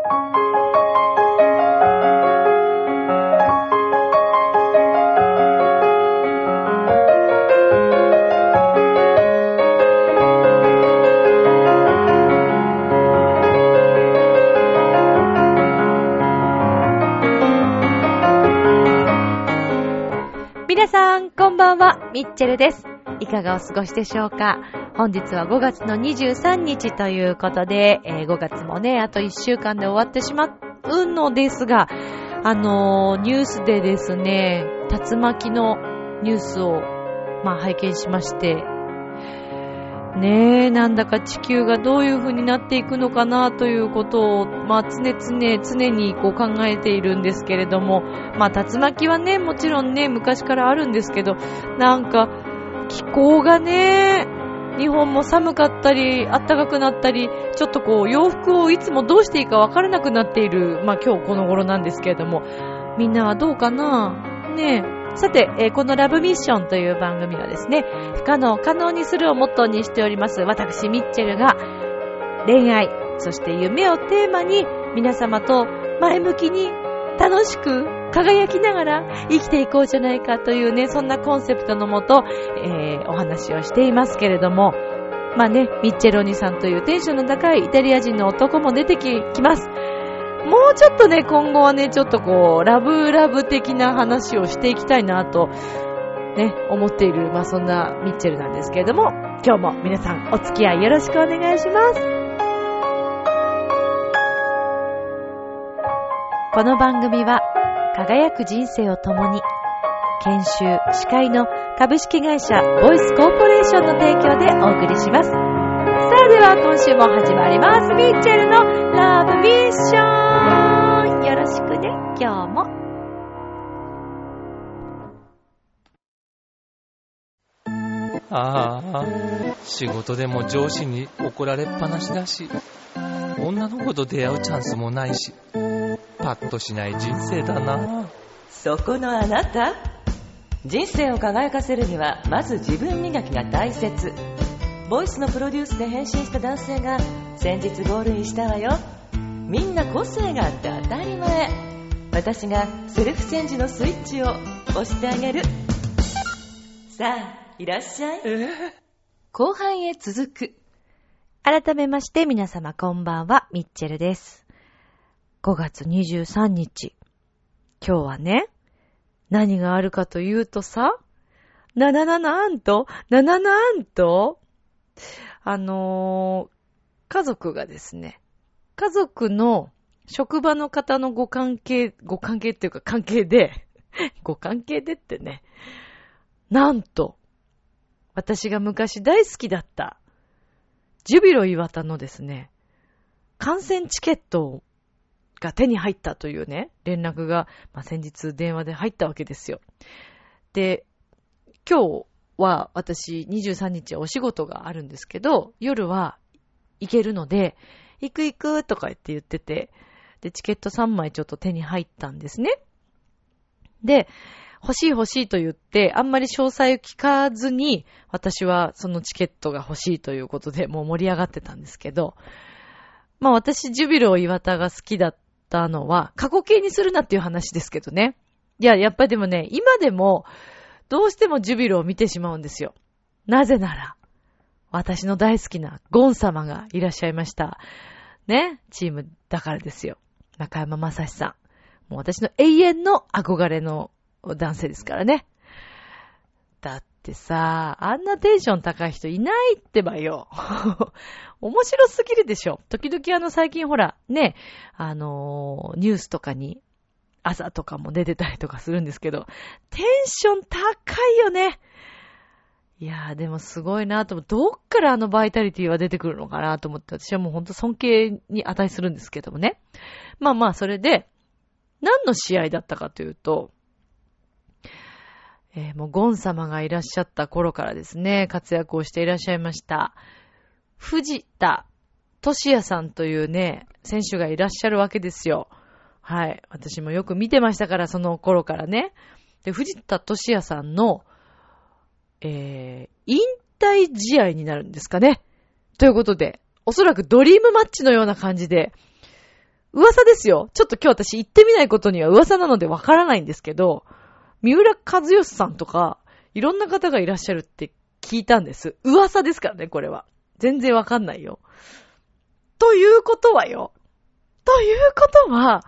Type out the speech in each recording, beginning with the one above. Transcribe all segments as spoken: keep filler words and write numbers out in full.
皆さんこんばんは、ミッチェルです。いかがお過ごしでしょうか。本日はごがつのにじゅうさんにちということで、えー、ごがつもねあといっしゅうかんで終わってしまうのですが、あのー、ニュースでですね竜巻のニュースをまあ拝見しまして、ねえ、なんだか地球がどういう風になっていくのかなということを、まあ常々常にこう考えているんですけれども、まあ竜巻はねもちろんね昔からあるんですけど、なんか気候がね、日本も寒かったり暖かくなったり、ちょっとこう洋服をいつもどうしていいかわからなくなっている、まあ今日この頃なんですけれども、みんなはどうかなねえ。さて、えー、このラブミッションという番組はですね、不可能を可能にするをモットーにしております。私ミッチェルが恋愛、そして夢をテーマに皆様と前向きに楽しく輝きながら生きていこうじゃないかというね、そんなコンセプトのもと、えー、お話をしていますけれども、まあね、ミッチェルお兄さんというテンションの高いイタリア人の男も出てきます。もうちょっとね、今後はね、ちょっとこうラブラブ的な話をしていきたいなとね、思っている、まあそんなミッチェルなんですけれども、今日も皆さんお付き合いよろしくお願いします。この番組は輝く人生を共に、研修司会の株式会社ボイスコーポレーションの提供でお送りします。さあでは今週も始まります。ミッチェルのラブミッション、よろしくね、今日も。 ああ、仕事でも上司に怒られっぱなしだし、女の子と出会うチャンスもないし、パッとしない人生だな。 そこのあなた、人生を輝かせるにはまず自分磨きが大切。ボイスのプロデュースで変身した男性が先日ゴールインしたわよ。みんな個性があって当たり前。私がセルフチェンジのスイッチを押してあげる。さあいらっしゃい、えー、後半へ続く。 改めまして皆様こんばんは、ミッチェルです。ごがつにじゅうさんにち、今日はね、何があるかというとさ、ななななんとなななんとあのー、家族がですね、家族の職場の方のご関係ご関係っていうか関係でご関係でってね、なんと私が昔大好きだったジュビロ磐田のですね、観戦チケットが手に入ったというね、連絡が、まあ、先日電話で入ったわけですよ。で、今日は私にじゅうさんにちお仕事があるんですけど、夜は行けるので、行く行くとか言って言ってて、で、チケットさんまいちょっと手に入ったんですね。で、欲しい欲しいと言って、あんまり詳細を聞かずに、私はそのチケットが欲しいということでもう盛り上がってたんですけど、まあ私、ジュビロ磐田が好きだったのは、過去形にするなっていう話ですけどね。いや、やっぱりでもね、今でも、どうしてもジュビロを見てしまうんですよ。なぜなら、私の大好きなゴン様がいらっしゃいました。ね、チームだからですよ。中山雅史さん。もう私の永遠の憧れの男性ですからね。だってさ、あんなテンション高い人いないってばよ。面白すぎるでしょ。時々あの最近ほら、ね、あのー、ニュースとかに朝とかも出てたりとかするんですけど、テンション高いよね。いやーでもすごいなと思って、どっからあのバイタリティは出てくるのかなと思って、私はもうほんと尊敬に値するんですけどもね。まあまあそれで、何の試合だったかというと、えー、もうゴン様がいらっしゃった頃からですね、活躍をしていらっしゃいました、藤田俊也さんというね、選手がいらっしゃるわけですよ。はい。私もよく見てましたから、その頃からね。で、藤田俊也さんの、えー、引退試合になるんですかね。ということで、おそらくドリームマッチのような感じで、 噂ですよ。ちょっと今日私行ってみないことには噂なのでわからないんですけど、三浦和義さんとか、いろんな方がいらっしゃるって聞いたんです。噂ですからね、これは。全然わかんないよ。ということはよ。ということは、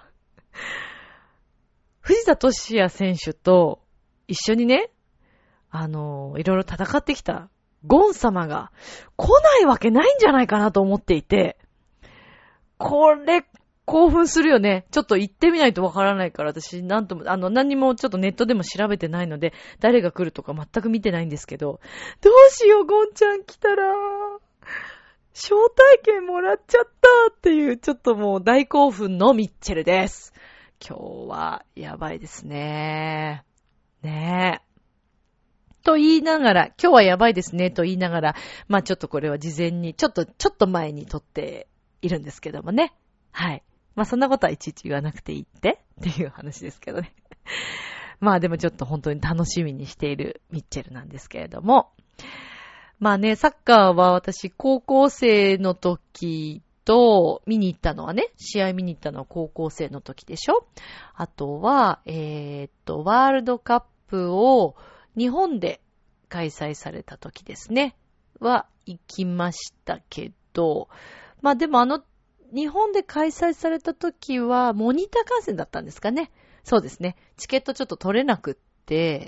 藤田俊也選手と一緒にね、あの、いろいろ戦ってきたゴン様が来ないわけないんじゃないかなと思っていて、これ、興奮するよね。ちょっと行ってみないとわからないから、私なんとも、あの、何もちょっとネットでも調べてないので、誰が来るとか全く見てないんですけど、どうしよう、ゴンちゃん来たら、招待券もらっちゃったっていう、ちょっともう大興奮のミッチェルです。今日はやばいですね。ねえ。と言いながら、今日はやばいですねと言いながら、まあちょっとこれは事前に、ちょっと、ちょっと前に撮っているんですけどもね。はい。まあそんなことはいちいち言わなくていいってっていう話ですけどね。まあでもちょっと本当に楽しみにしているミッチェルなんですけれども。まあね、サッカーは私高校生の時と見に行ったのはね、試合見に行ったのは高校生の時でしょ。あとは、えー、っと、ワールドカップを日本で開催された時ですね。は行きましたけど、まあでもあの、日本で開催された時はモニター観戦だったんですかね。そうですね。チケットちょっと取れなくって、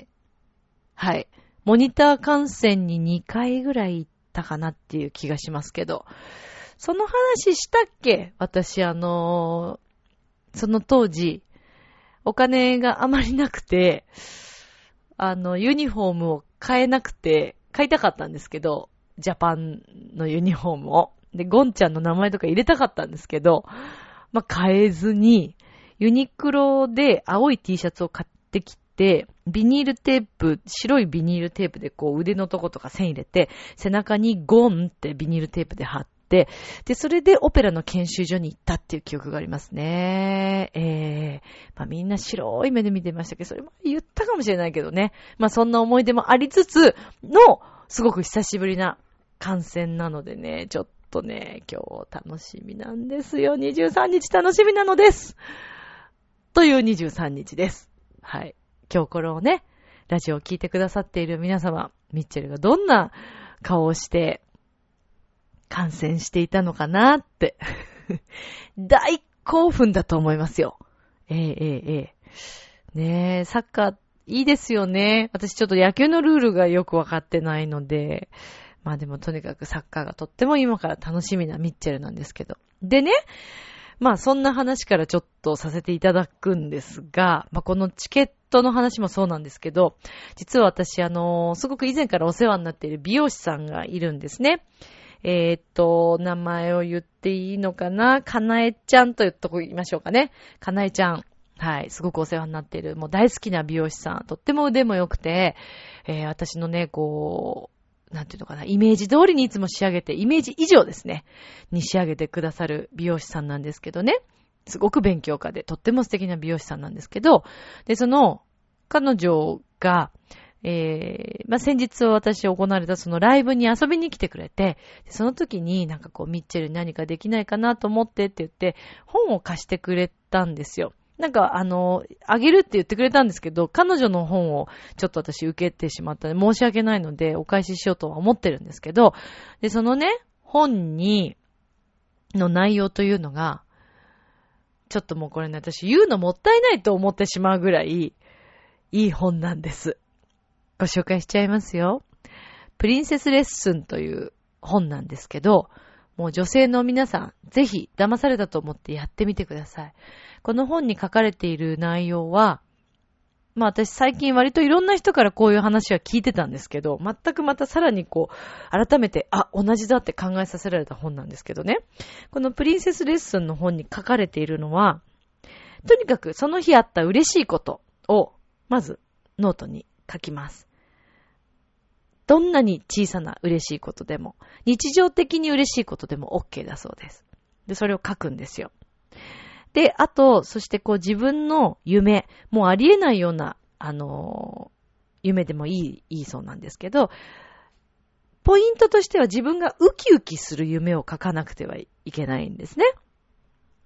はい。モニター観戦ににかいぐらい行ったかなっていう気がしますけど、その話したっけ？私あのー、その当時、お金があまりなくて、あの、ユニフォームを買えなくて、買いたかったんですけど、ジャパンのユニフォームを。で、ゴンちゃんの名前とか入れたかったんですけど、まあ、買えずに、ユニクロで青い T シャツを買ってきて、ビニールテープ、白いビニールテープでこう腕のとことか線入れて、背中にゴンってビニールテープで貼って、で、それでオペラの研修所に行ったっていう記憶がありますね。えー、まあみんな白い目で見てましたけど、それも言ったかもしれないけどね。まあそんな思い出もありつつの、すごく久しぶりな観戦なのでね、ちょっとね、今日楽しみなんですよ。にじゅうさんにち楽しみなのです。というにじゅうさんにちです。はい。今日これをね、ラジオを聞いてくださっている皆様、ミッチェルがどんな顔をして観戦していたのかなって大興奮だと思いますよ。ええええええ。ねえ、サッカーいいですよね。私ちょっと野球のルールがよくわかってないので、まあでもとにかくサッカーがとっても今から楽しみなミッチェルなんですけど。でね、まあそんな話からちょっとさせていただくんですが、まあこのチケットの話もそうなんですけど、実は私あのー、すごく以前からお世話になっている美容師さんがいるんですね。えーっと、名前を言っていいのかな？かなえちゃんと言っときましょうかね。かなえちゃん。はい。すごくお世話になっている、もう大好きな美容師さん。とっても腕も良くて、えー、私のね、こう、なんていうのかな、イメージ通りにいつも仕上げて、イメージ以上ですね、に仕上げてくださる美容師さんなんですけどね。すごく勉強家で、とっても素敵な美容師さんなんですけど、で、その、彼女が、えー、まあ、先日私行われたそのライブに遊びに来てくれて、その時になんかこう、ミッチェルに何かできないかなと思ってって言って、本を貸してくれたんですよ。なんかあの、あげるって言ってくれたんですけど、彼女の本をちょっと私受けてしまったので申し訳ないのでお返ししようとは思ってるんですけど、で、そのね、本に、の内容というのが、ちょっともうこれね、私言うのもったいないと思ってしまうぐらい、いい本なんです。ご紹介しちゃいますよ。プリンセスレッスンという本なんですけど、もう女性の皆さん、ぜひ騙されたと思ってやってみてください。この本に書かれている内容は、まあ私最近割といろんな人からこういう話は聞いてたんですけど、全くまたさらにこう、改めて、あ、同じだって考えさせられた本なんですけどね。このプリンセスレッスンの本に書かれているのは、とにかくその日あった嬉しいことを、まずノートに書きます。どんなに小さな嬉しいことでも、日常的に嬉しいことでも OK だそうです。で、それを書くんですよ。で、あと、そしてこう自分の夢、もうありえないような、あのー、夢でもいい、いいそうなんですけど、ポイントとしては自分がウキウキする夢を書かなくてはいけないんですね。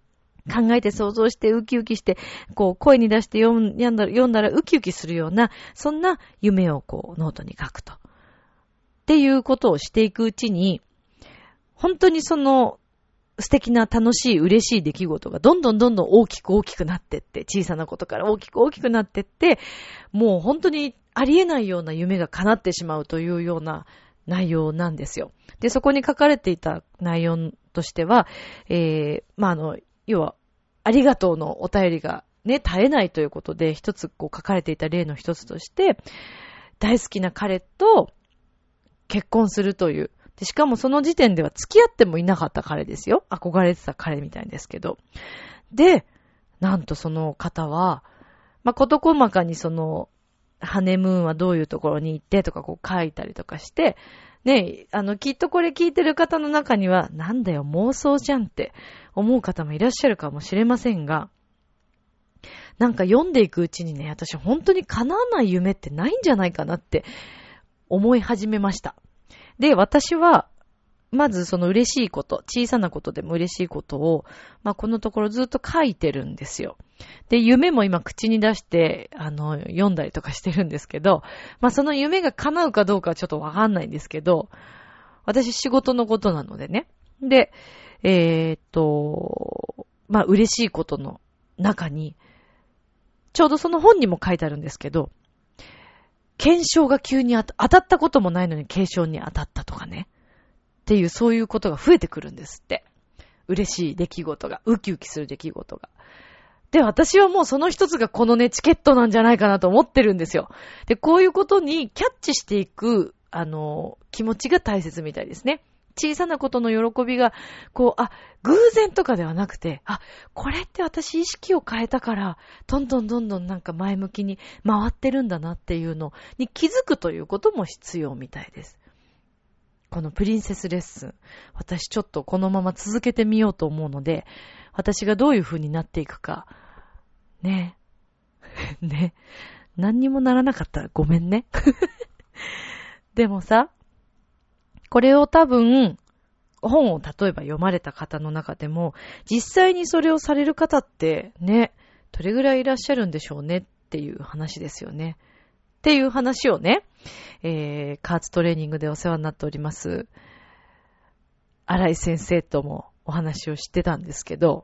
考えて想像してウキウキして、こう声に出して読んだら、読んだらウキウキするような、そんな夢をこうノートに書くと。っていうことをしていくうちに、本当にその素敵な楽しい嬉しい出来事がどんどんどんどん大きく大きくなってって、小さなことから大きく大きくなってって、もう本当にありえないような夢が叶ってしまうというような内容なんですよ。で、そこに書かれていた内容としては、えー、まあ、あの、要は、ありがとうのお便りがね、絶えないということで、一つこう書かれていた例の一つとして、大好きな彼と結婚するという、でしかもその時点では付き合ってもいなかった彼ですよ。憧れてた彼みたいですけど。で、なんとその方は、まあ、事細かにその、ハネムーンはどういうところに行ってとかこう書いたりとかして、ね、あの、きっとこれ聞いてる方の中には、なんだよ、妄想じゃんって思う方もいらっしゃるかもしれませんが、なんか読んでいくうちにね、私本当に叶わない夢ってないんじゃないかなって思い始めました。で、私は、まずその嬉しいこと、小さなことでも嬉しいことを、まあ、このところずっと書いてるんですよ。で、夢も今口に出して、あの、読んだりとかしてるんですけど、まあ、その夢が叶うかどうかはちょっとわかんないんですけど、私仕事のことなのでね。で、えー、っと、まあ、嬉しいことの中に、ちょうどその本にも書いてあるんですけど、検証が急に当た、当たったこともないのに検証に当たったとかね。っていう、そういうことが増えてくるんですって。嬉しい出来事が、ウキウキする出来事が。で、私はもうその一つがこのね、チケットなんじゃないかなと思ってるんですよ。で、こういうことにキャッチしていく、あの、気持ちが大切みたいですね。小さなことの喜びが、こう、あ、偶然とかではなくて、あ、これって私意識を変えたから、どんどんどんどんなんか前向きに回ってるんだなっていうのに気づくということも必要みたいです。このプリンセスレッスン、私ちょっとこのまま続けてみようと思うので、私がどういう風になっていくか、ね。ね。何にもならなかったらごめんね。でもさ、これを多分、本を例えば読まれた方の中でも、実際にそれをされる方ってね、どれぐらいいらっしゃるんでしょうねっていう話ですよね。っていう話をね、えー、加圧トレーニングでお世話になっております、新井先生ともお話をしてたんですけど、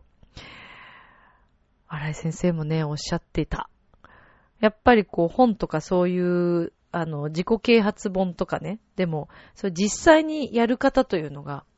新井先生もね、おっしゃっていた。やっぱりこう本とかそういう、あの、自己啓発本とかね、でも、それ実際にやる方というのが、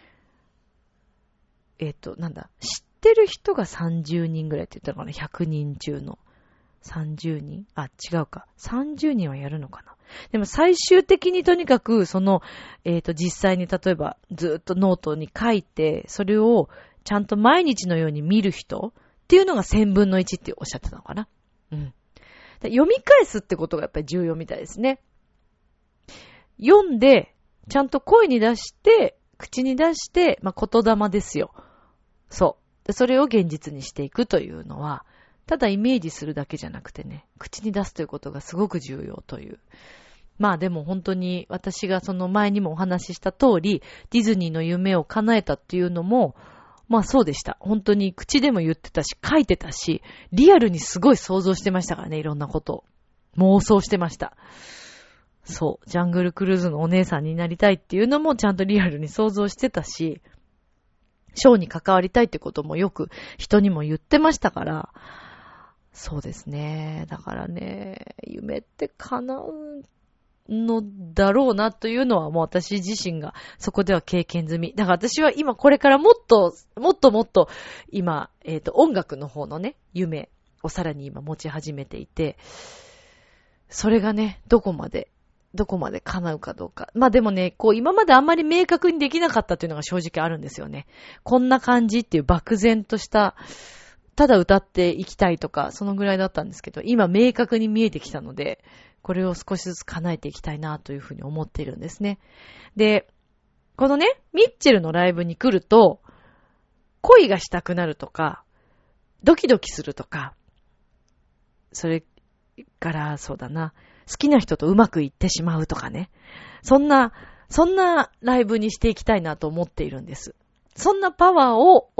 えっと、なんだ、知ってる人がさんじゅうにんぐらいって言ったのかな、ひゃくにん中の。さんじゅうにん？あ、違うか。さんじゅうにんはやるのかな。でも最終的にとにかく、その、えっと、実際に例えばずっとノートに書いて、それをちゃんと毎日のように見る人っていうのがせんぶんのいちっておっしゃってたのかな。うん。読み返すってことがやっぱり重要みたいですね。読んで、ちゃんと声に出して、口に出して、まあ、言霊ですよ。そう。で、それを現実にしていくというのは、ただイメージするだけじゃなくてね、口に出すということがすごく重要という。まあでも本当に私がその前にもお話しした通り、ディズニーの夢を叶えたっていうのも、まあそうでした。本当に口でも言ってたし、書いてたし、リアルにすごい想像してましたからね、いろんなことを。妄想してました。そう。ジャングルクルーズのお姉さんになりたいっていうのもちゃんとリアルに想像してたし、ショーに関わりたいってこともよく人にも言ってましたから、そうですね。だからね、夢って叶うのだろうなというのはもう私自身がそこでは経験済み。だから私は今これからもっと、もっともっと今、えっと、音楽の方のね、夢をさらに今持ち始めていて、それがね、どこまで、どこまで叶うかどうか。まあでもね、こう今まであんまり明確にできなかったというのが正直あるんですよね。こんな感じっていう漠然とした、ただ歌っていきたいとか、そのぐらいだったんですけど、今明確に見えてきたので、これを少しずつ叶えていきたいなというふうに思っているんですね。で、このね、ミッチェルのライブに来ると、恋がしたくなるとか、ドキドキするとか、それからそうだな、好きな人とうまくいってしまうとかね。そんな、そんなライブにしていきたいなと思っているんです。そんなパワーをおつ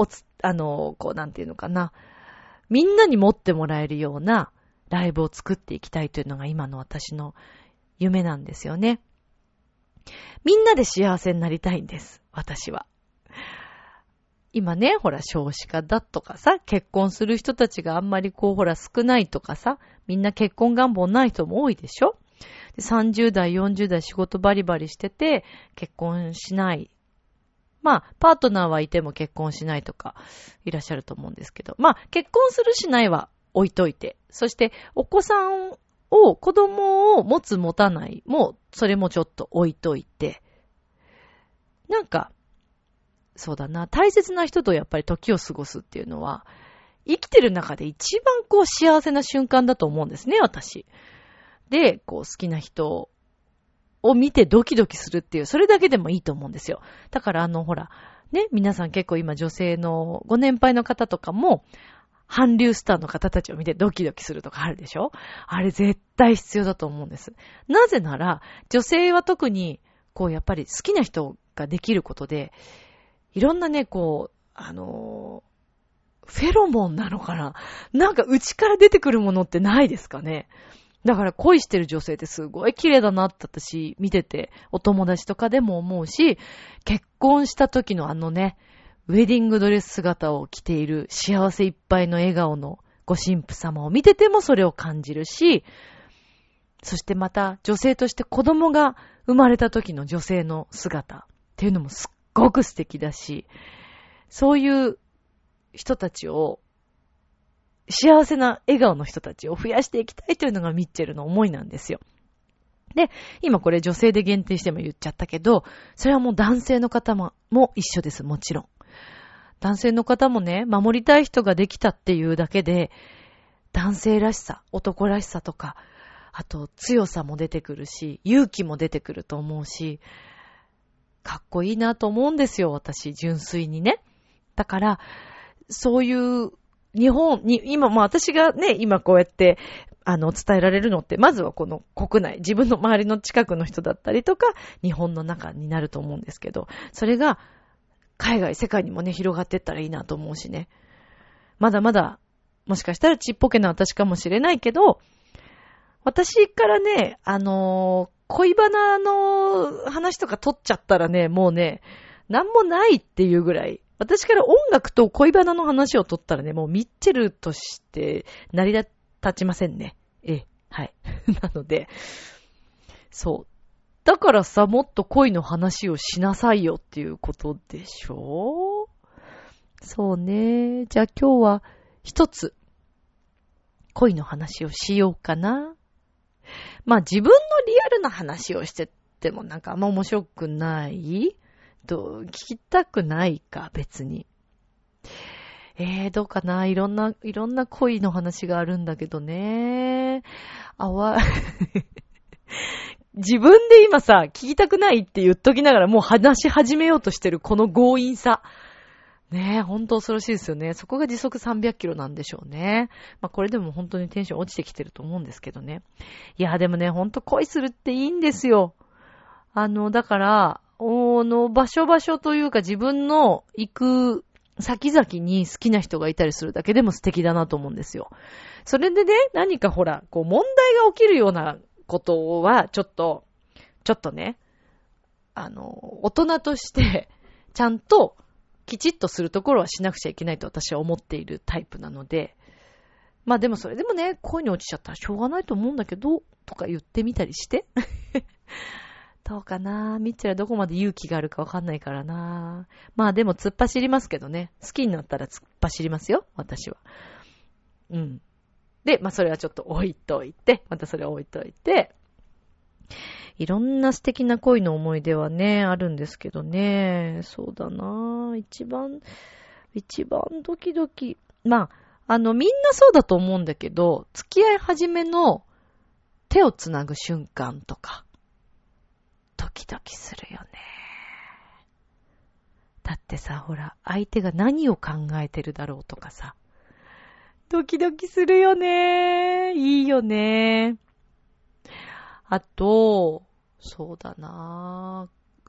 あの、こうなんていうのかな。みんなに持ってもらえるようなライブを作っていきたいというのが今の私の夢なんですよね。みんなで幸せになりたいんです、私は。今ね、ほら少子化だとかさ、結婚する人たちがあんまりこうほら少ないとかさ、みんな結婚願望ない人も多いでしょ。でさんじゅう代、よんじゅう代仕事バリバリしてて結婚しない。まあ、パートナーはいても結婚しないとかいらっしゃると思うんですけど、まあ、結婚するしないは置いといて、そしてお子さんを、子供を持つ持たないも、それもちょっと置いといて、なんか、そうだな、大切な人とやっぱり時を過ごすっていうのは、生きてる中で一番こう幸せな瞬間だと思うんですね、私。で、こう好きな人を見てドキドキするっていう、それだけでもいいと思うんですよ。だからあの、ほら、ね、皆さん結構今女性のご年配の方とかも、韓流スターの方たちを見てドキドキするとかあるでしょ？あれ絶対必要だと思うんです。なぜなら、女性は特に、こうやっぱり好きな人ができることで、いろんなね、こう、あのー、フェロモンなのかな？なんか内から出てくるものってないですかね？だから恋してる女性ってすごい綺麗だなって私見てて、お友達とかでも思うし、結婚した時のあのね、ウェディングドレス姿を着ている幸せいっぱいの笑顔のご神父様を見ててもそれを感じるし、そしてまた女性として子供が生まれた時の女性の姿っていうのもすっごく素敵だし、そういう人たちを、幸せな笑顔の人たちを増やしていきたいというのがミッチェルの思いなんですよ。で、今これ女性で限定しても言っちゃったけど、それはもう男性の方も、も一緒です、もちろん。男性の方もね、守りたい人ができたっていうだけで、男性らしさ、男らしさとか、あと強さも出てくるし、勇気も出てくると思うし、かっこいいなと思うんですよ、私、純粋にね。だから、そういう日本に、今、まあ私がね、今こうやって、あの、伝えられるのって、まずはこの国内、自分の周りの近くの人だったりとか、日本の中になると思うんですけど、それが、海外、世界にもね、広がっていったらいいなと思うしね。まだまだ、もしかしたらちっぽけな私かもしれないけど、私からね、あのー、恋バナの話とか取っちゃったらね、もうね、なんもないっていうぐらい、私から音楽と恋バナの話を取ったらね、もうミッチェルとして成り立ちませんね。ええ、はい。なので、そう。だからさ、もっと恋の話をしなさいよっていうことでしょ？そうね。じゃあ今日は一つ恋の話をしようかな。まあ自分のリアルな話をしててもなんかあんま面白くないと聞きたくないか、別に。えー、どうかな、いろんな、いろんな恋の話があるんだけどね。あわ、自分で今さ、聞きたくないって言っときながらもう話し始めようとしてるこの強引さ。ねえ、ほんと恐ろしいですよね。そこが時速さんびゃくキロなんでしょうね。まあこれでも本当にテンション落ちてきてると思うんですけどね。いや、でもね、ほんと恋するっていいんですよ。あの、だから、おの、場所場所というか自分の行く先々に好きな人がいたりするだけでも素敵だなと思うんですよ。それでね、何かほら、こう問題が起きるようなことは、ちょっと、ちょっとね、あの、大人として、ちゃんと、きちっとするところはしなくちゃいけないと私は思っているタイプなので、まあでもそれでもね、恋に落ちちゃったらしょうがないと思うんだけど、とか言ってみたりして。どうかな、ミッチェルはどこまで勇気があるかわかんないからな。まあでも突っ走りますけどね。好きになったら突っ走りますよ、私は。うん。で、まあそれはちょっと置いといて、またそれを置いといて、いろんな素敵な恋の思い出はね、あるんですけどね。そうだな。一番、一番ドキドキ。まあ、あの、みんなそうだと思うんだけど、付き合い始めの手をつなぐ瞬間とか、ドキドキするよね。だってさ、ほら、相手が何を考えてるだろうとかさ、ドキドキするよね。いいよね。あと、そうだなぁ。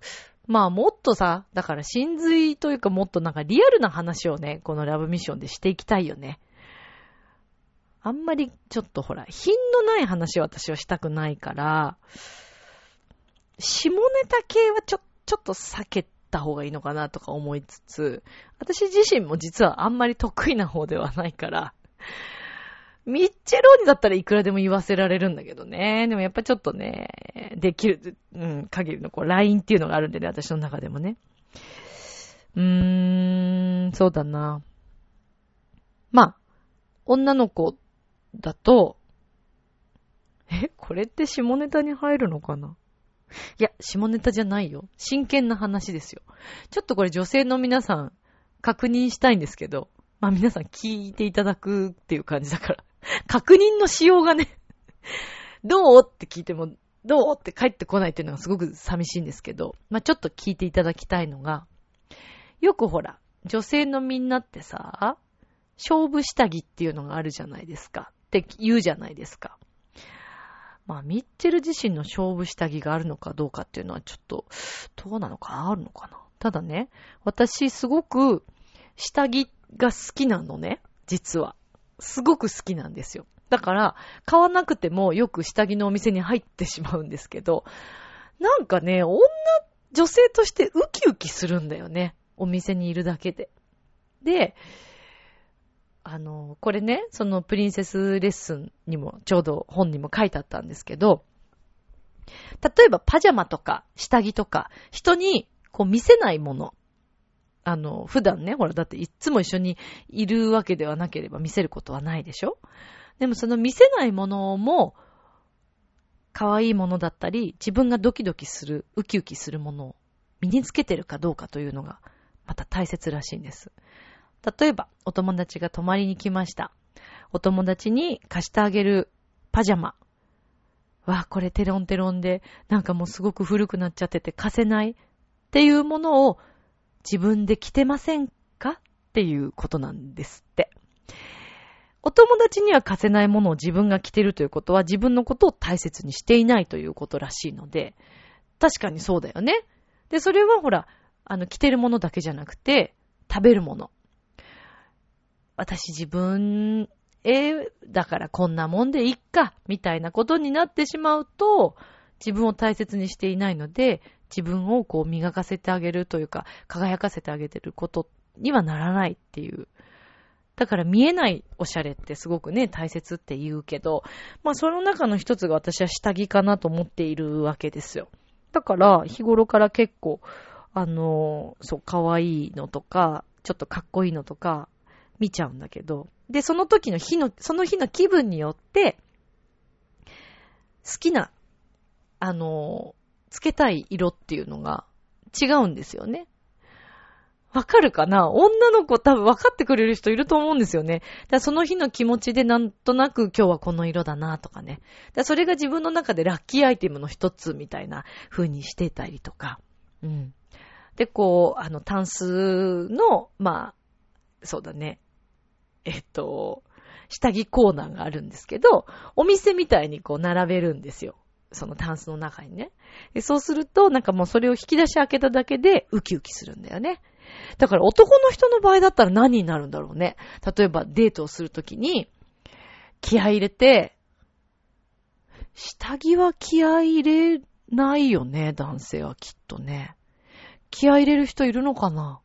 まあもっとさ、だから真髄というかもっとなんかリアルな話をね、このラブミッションでしていきたいよね。あんまりちょっとほら、品のない話を私はしたくないから、下ネタ系はちょ、ちょっと避けた方がいいのかなとか思いつつ、私自身も実はあんまり得意な方ではないから、ミッチェローニだったらいくらでも言わせられるんだけどね。でもやっぱちょっとね、できる、うん、限りのこう、ラインっていうのがあるんでね、私の中でもね。うーん、そうだな。まあ、女の子だと、え、これって下ネタに入るのかな？いや、下ネタじゃないよ。真剣な話ですよ。ちょっとこれ女性の皆さん、確認したいんですけど、まあ皆さん聞いていただくっていう感じだから。確認のしようがね、どうって聞いても、どうって帰ってこないっていうのがすごく寂しいんですけど、まあちょっと聞いていただきたいのが、よくほら、女性のみんなってさ、勝負下着っていうのがあるじゃないですか。って言うじゃないですか。まあミッチェル自身の勝負下着があるのかどうかっていうのはちょっと、どうなのかあるのかな。ただね、私すごく下着が好きなのね、実は。すごく好きなんですよ。だから、買わなくてもよく下着のお店に入ってしまうんですけど、なんかね、女、女性としてウキウキするんだよね。お店にいるだけで。で、あの、これね、そのプリンセスレッスンにも、ちょうど本にも書いてあったんですけど、例えばパジャマとか下着とか、人にこう見せないもの。あの、普段ね、ほら、だっていつも一緒にいるわけではなければ見せることはないでしょ？でもその見せないものも、可愛いものだったり、自分がドキドキする、ウキウキするものを身につけてるかどうかというのが、また大切らしいんです。例えば、お友達が泊まりに来ました。お友達に貸してあげるパジャマ。わあ、これテロンテロンで、なんかもうすごく古くなっちゃってて貸せないっていうものを、自分で着てませんかっていうことなんですって。お友達には貸せないものを自分が着てるということは自分のことを大切にしていないということらしいので、確かにそうだよね。で、それはほら、あの着てるものだけじゃなくて食べるもの。私自分、えー、だからこんなもんでいっかみたいなことになってしまうと、自分を大切にしていないので、自分をこう磨かせてあげるというか、輝かせてあげてることにはならないっていう。だから見えないおしゃれってすごくね、大切って言うけど、まあその中の一つが私は下着かなと思っているわけですよ。だから日頃から結構、あの、そう、可愛いのとか、ちょっとかっこいいのとか見ちゃうんだけど、で、その時の日の、その日の気分によって、好きな、あの、つけたい色っていうのが違うんですよね。わかるかな？女の子多分分かってくれる人いると思うんですよね。だからその日の気持ちでなんとなく今日はこの色だなとかね。だからそれが自分の中でラッキーアイテムの一つみたいな風にしてたりとか。うん。で、こう、あの、タンスの、まあ、そうだね。えっと、下着コーナーがあるんですけど、お店みたいにこう並べるんですよ。そのタンスの中にね。でそうすると、なんかもうそれを引き出し開けただけでウキウキするんだよね。だから男の人の場合だったら何になるんだろうね。例えばデートをするときに気合い入れて、下着は気合い入れないよね、男性はきっとね。気合い入れる人いるのかな？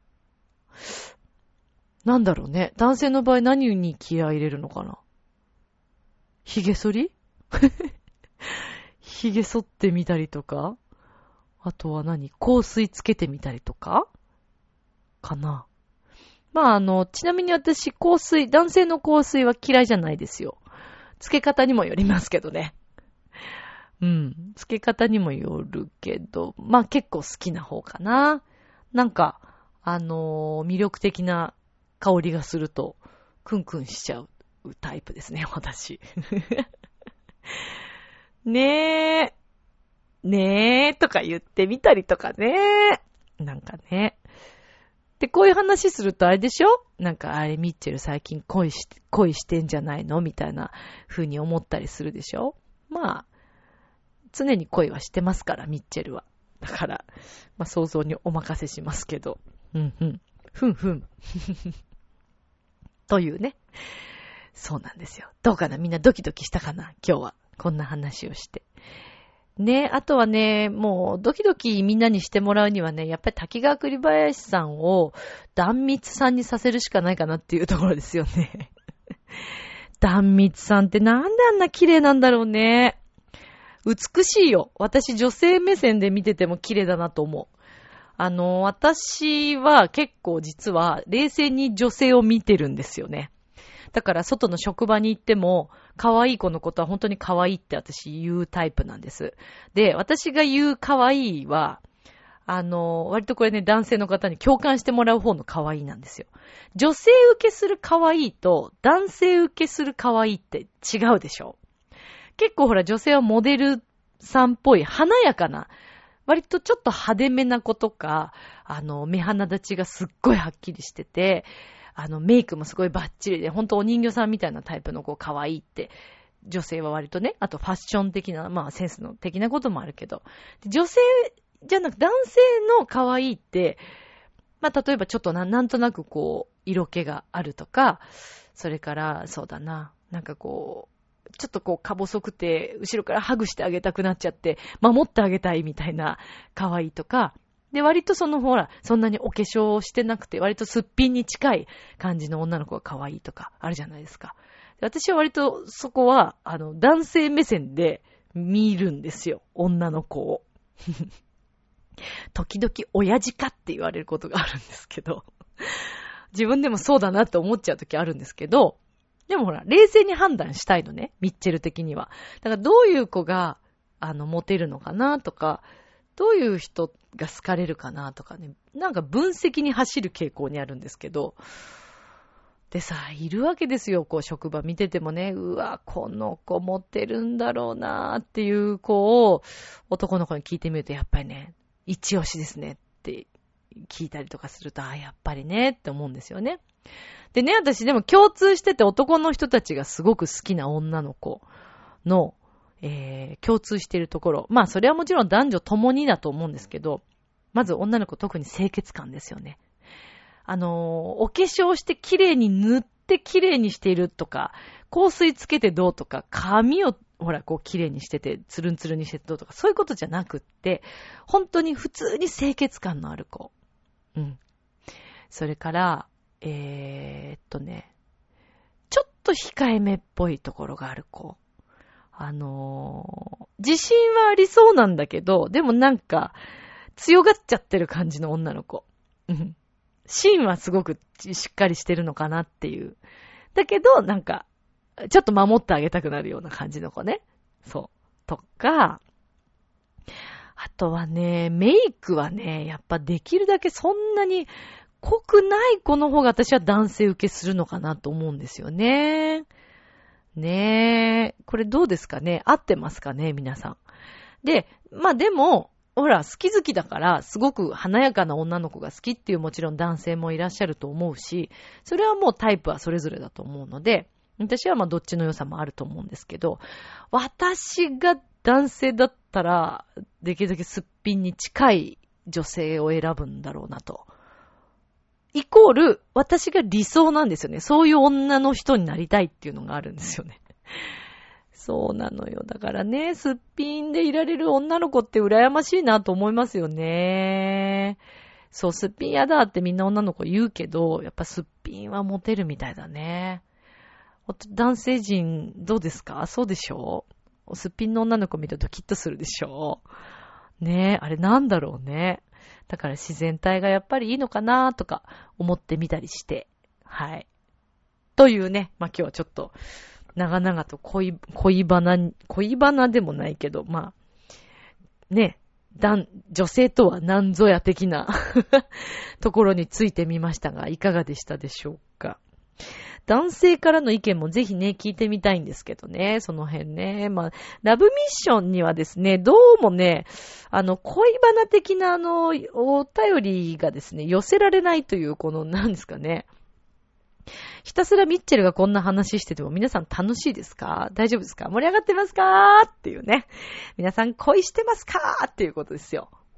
なんだろうね。男性の場合何に気合い入れるのかな？髭剃り？髭剃ってみたりとか、あとは何？香水つけてみたりとかかな。まああの、ちなみに私香水、男性の香水は嫌いじゃないですよ。つけ方にもよりますけどね。うん。つけ方にもよるけど、まあ結構好きな方かな。なんか、あのー、魅力的な香りがすると、クンクンしちゃうタイプですね、私。ねえ。ねえとか言ってみたりとかね。なんかね。で、こういう話するとあれでしょ？なんか、あれ、ミッチェル最近恋し、恋してんじゃないのみたいな風に思ったりするでしょ？まあ、常に恋はしてますから、ミッチェルは。 だから、まあ、想像にお任せしますけど。うんうん。ふんふん。というね。そうなんですよ。どうかな？みんなドキドキしたかな？今日は。こんな話をして。ね、あとはね、もうドキドキみんなにしてもらうにはね、やっぱり滝川栗林さんを壇蜜さんにさせるしかないかなっていうところですよね。壇蜜さんってなんであんな綺麗なんだろうね。美しいよ。私女性目線で見てても綺麗だなと思う。あの、私は結構実は冷静に女性を見てるんですよね。だから外の職場に行っても、可愛い子のことは本当に可愛いって私言うタイプなんです。で、私が言う可愛いは、あの、割とこれね、男性の方に共感してもらう方の可愛いなんですよ。女性受けする可愛いと男性受けする可愛いって違うでしょ？結構ほら女性はモデルさんっぽい華やかな、割とちょっと派手めな子とか、あの、目鼻立ちがすっごいはっきりしてて、あの、メイクもすごいバッチリで、ほんとお人形さんみたいなタイプの子可愛いって、女性は割とね、あとファッション的な、まあセンスの的なこともあるけど、女性じゃなく男性の可愛いって、まあ例えばちょっとな、なんとなくこう、色気があるとか、それから、そうだな、なんかこう、ちょっとこう、か細くて、後ろからハグしてあげたくなっちゃって、守ってあげたいみたいな可愛いとか、で、割とそのほら、そんなにお化粧をしてなくて、割とすっぴんに近い感じの女の子が可愛いとか、あるじゃないですか。で、私は割とそこは、あの、男性目線で見るんですよ。女の子を。時々親父かって言われることがあるんですけど、自分でもそうだなって思っちゃう時あるんですけど、でもほら、冷静に判断したいのね、ミッチェル的には。だからどういう子が、あの、モテるのかなとか、どういう人が好かれるかなとかね、なんか分析に走る傾向にあるんですけど、でさ、いるわけですよ、こう職場見ててもね、うわ、この子モテるんだろうなっていう子を男の子に聞いてみると、やっぱりね、一押しですねって聞いたりとかすると、あ、やっぱりねって思うんですよね。でね、私でも共通してて男の人たちがすごく好きな女の子の、えー、共通しているところ。まあそれはもちろん男女ともにだと思うんですけど、まず女の子特に清潔感ですよね。あのー、お化粧して綺麗に塗って綺麗にしているとか、香水つけてどうとか、髪をほらこう綺麗にしててツルンツルンにしててどうとか、そういうことじゃなくって、本当に普通に清潔感のある子。うん。それから、えー、っとね、ちょっと控えめっぽいところがある子。あのー、自信はありそうなんだけど、でもなんか、強がっちゃってる感じの女の子。うん。芯はすごくしっかりしてるのかなっていう。だけど、なんか、ちょっと守ってあげたくなるような感じの子ね。そう。とか、あとはね、メイクはね、やっぱできるだけそんなに濃くない子の方が私は男性受けするのかなと思うんですよね。ねえ。これどうですかね？合ってますかね？皆さん。で、まあでも、ほら、好き好きだから、すごく華やかな女の子が好きっていうもちろん男性もいらっしゃると思うし、それはもうタイプはそれぞれだと思うので、私はまあどっちの良さもあると思うんですけど、私が男性だったら、できるだけすっぴんに近い女性を選ぶんだろうなと。イコール、私が理想なんですよね。そういう女の人になりたいっていうのがあるんですよね。そうなのよ。だからね、すっぴんでいられる女の子って羨ましいなと思いますよね。そう、すっぴんやだってみんな女の子言うけど、やっぱすっぴんはモテるみたいだね。男性陣どうですか？そうでしょう？すっぴんの女の子見るとドキッとするでしょう？ねえ、あれなんだろうね。だから自然体がやっぱりいいのかなとか思ってみたりして。はい。というね、まあ、今日はちょっと長々と恋、恋バナ、恋バナでもないけど、まあ、ね、男、女性とは何ぞや的なところについてみましたが、いかがでしたでしょうか。男性からの意見もぜひね、聞いてみたいんですけどね、その辺ね。まあ、ラブミッションにはですね、どうもね、あの、恋バナ的なあの、お便りがですね、寄せられないという、この、なんですかね。ひたすらミッチェルがこんな話してても皆さん楽しいですか？大丈夫ですか？盛り上がってますか？っていうね。皆さん恋してますか？っていうことですよ。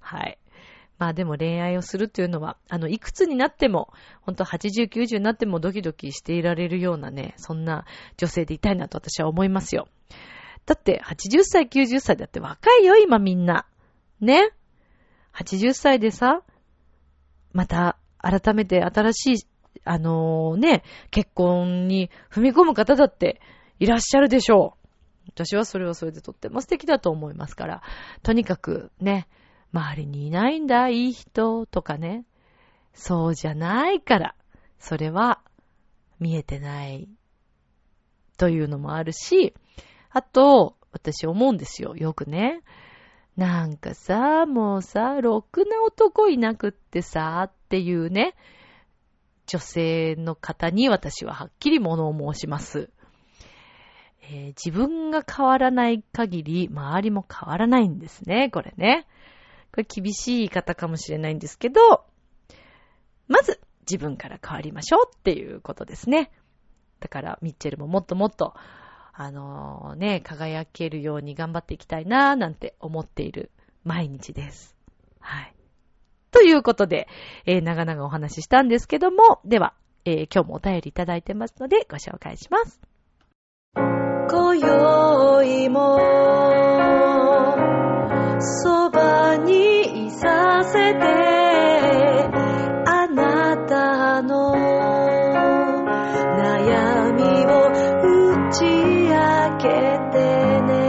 はい。まあでも恋愛をするっていうのは、あの、いくつになっても、ほんとはちじゅう、きゅうじゅうになってもドキドキしていられるようなね、そんな女性でいたいなと私は思いますよ。だって、はちじゅっさい、きゅうじゅっさいだって若いよ、今みんな。ね。はちじゅっさいでさ、また改めて新しい、あのー、ね、結婚に踏み込む方だっていらっしゃるでしょう。私はそれはそれでとっても素敵だと思いますから、とにかくね、周りにいないんだ、いい人とかね。そうじゃないから、それは見えてないというのもあるし、あと、私思うんですよ、よくね。なんかさ、もうさ、ろくな男いなくってさ、っていうね、女性の方に私ははっきり物を申します。えー、自分が変わらない限り、周りも変わらないんですね、これね。これ厳しい言い方かもしれないんですけど、まず自分から変わりましょうっていうことですね。だからミッチェルももっともっとあのー、ね、輝けるように頑張っていきたいななんて思っている毎日です。はい。ということで、えー、長々お話ししたんですけども、では、えー、今日もお便りいただいてますのでご紹介します。今宵もそばにいさせて、あなたの悩みを打ち明けてね。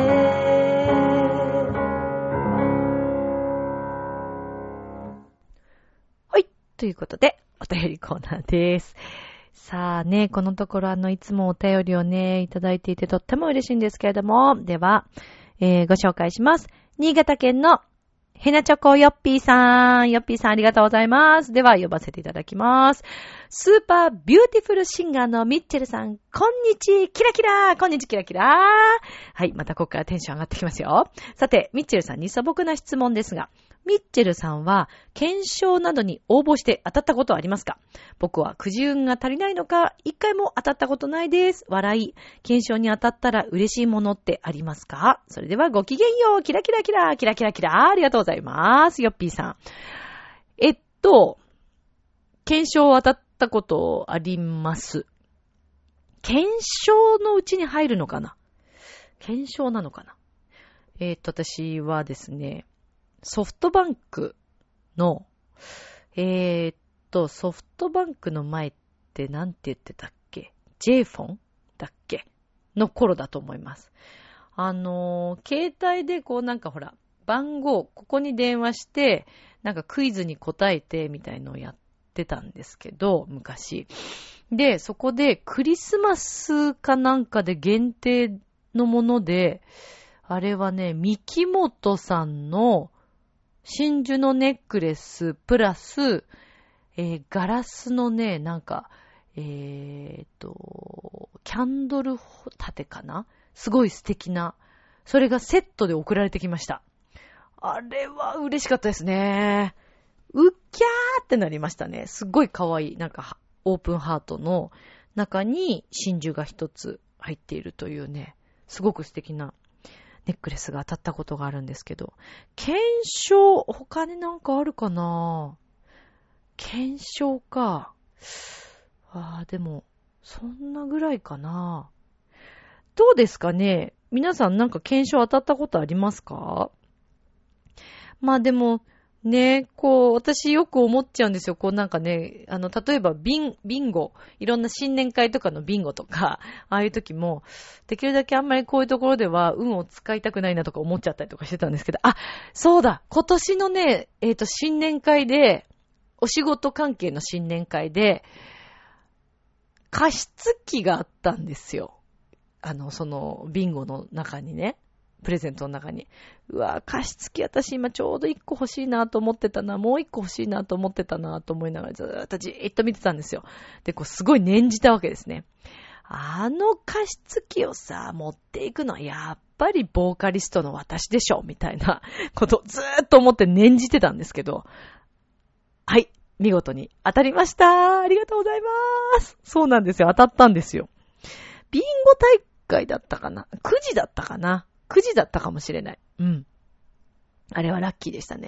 はい、ということでお便りコーナーです。さあね、このところあのいつもお便りをねいただいていてとっても嬉しいんですけれども、では、えー、ご紹介します。新潟県のヘナチョコヨッピーさん。ヨッピーさんありがとうございます。では呼ばせていただきます。スーパービューティフルシンガーのミッチェルさん。こんにちキラキラこんにちキラキラはい、またここからテンション上がってきますよ。さて、ミッチェルさんに素朴な質問ですが、ミッチェルさんは検証などに応募して当たったことはありますか？僕はくじ運が足りないのか一回も当たったことないです。笑い。検証に当たったら嬉しいものってありますか？それではごきげんよう。キラキラキラキラキラキラありがとうございます。ヨッピーさん。えっと検証当たったことあります。検証のうちに入るのかな？検証なのかな？えっと私はですね、ソフトバンクの、えー、っと、ソフトバンクの前ってなんて言ってたっけ？ J フォンだっけの頃だと思います。あのー、携帯でこうなんかほら、番号、ここに電話して、なんかクイズに答えてみたいのをやってたんですけど、昔。で、そこでクリスマスかなんかで限定のもので、あれはね、三木本さんの真珠のネックレスプラス、えー、ガラスのね、なんか、えーと、キャンドル立てかな？すごい素敵な。それがセットで送られてきました。あれは嬉しかったですね。うっきゃーってなりましたね。すっごい可愛い。なんか、オープンハートの中に真珠が一つ入っているというね、すごく素敵なネックレスが当たったことがあるんですけど、検証、他になんかあるかな？検証か。ああ、でも、そんなぐらいかな。どうですかね？皆さんなんか検証当たったことありますか？まあでも、ね、こう、私よく思っちゃうんですよ。こうなんかね、あの、例えばビン、ビンゴ、いろんな新年会とかのビンゴとか、ああいう時も、できるだけあんまりこういうところでは運を使いたくないなとか思っちゃったりとかしてたんですけど、あ、そうだ、今年のね、えっと、新年会で、お仕事関係の新年会で、加湿器があったんですよ。あの、その、ビンゴの中にね。プレゼントの中に。うわぁ、加湿器私今ちょうど一個欲しいなと思ってたな、もう一個欲しいなと思ってたなと思いながらずーっとじーっと見てたんですよ。で、こうすごい念じたわけですね。あの加湿器をさ、持っていくのはやっぱりボーカリストの私でしょみたいなことずーっと思って念じてたんですけど、はい、見事に当たりました。ありがとうございます。そうなんですよ。当たったんですよ。ビンゴ大会だったかな？くじだったかな？くじだったかもしれない。うん。あれはラッキーでしたね。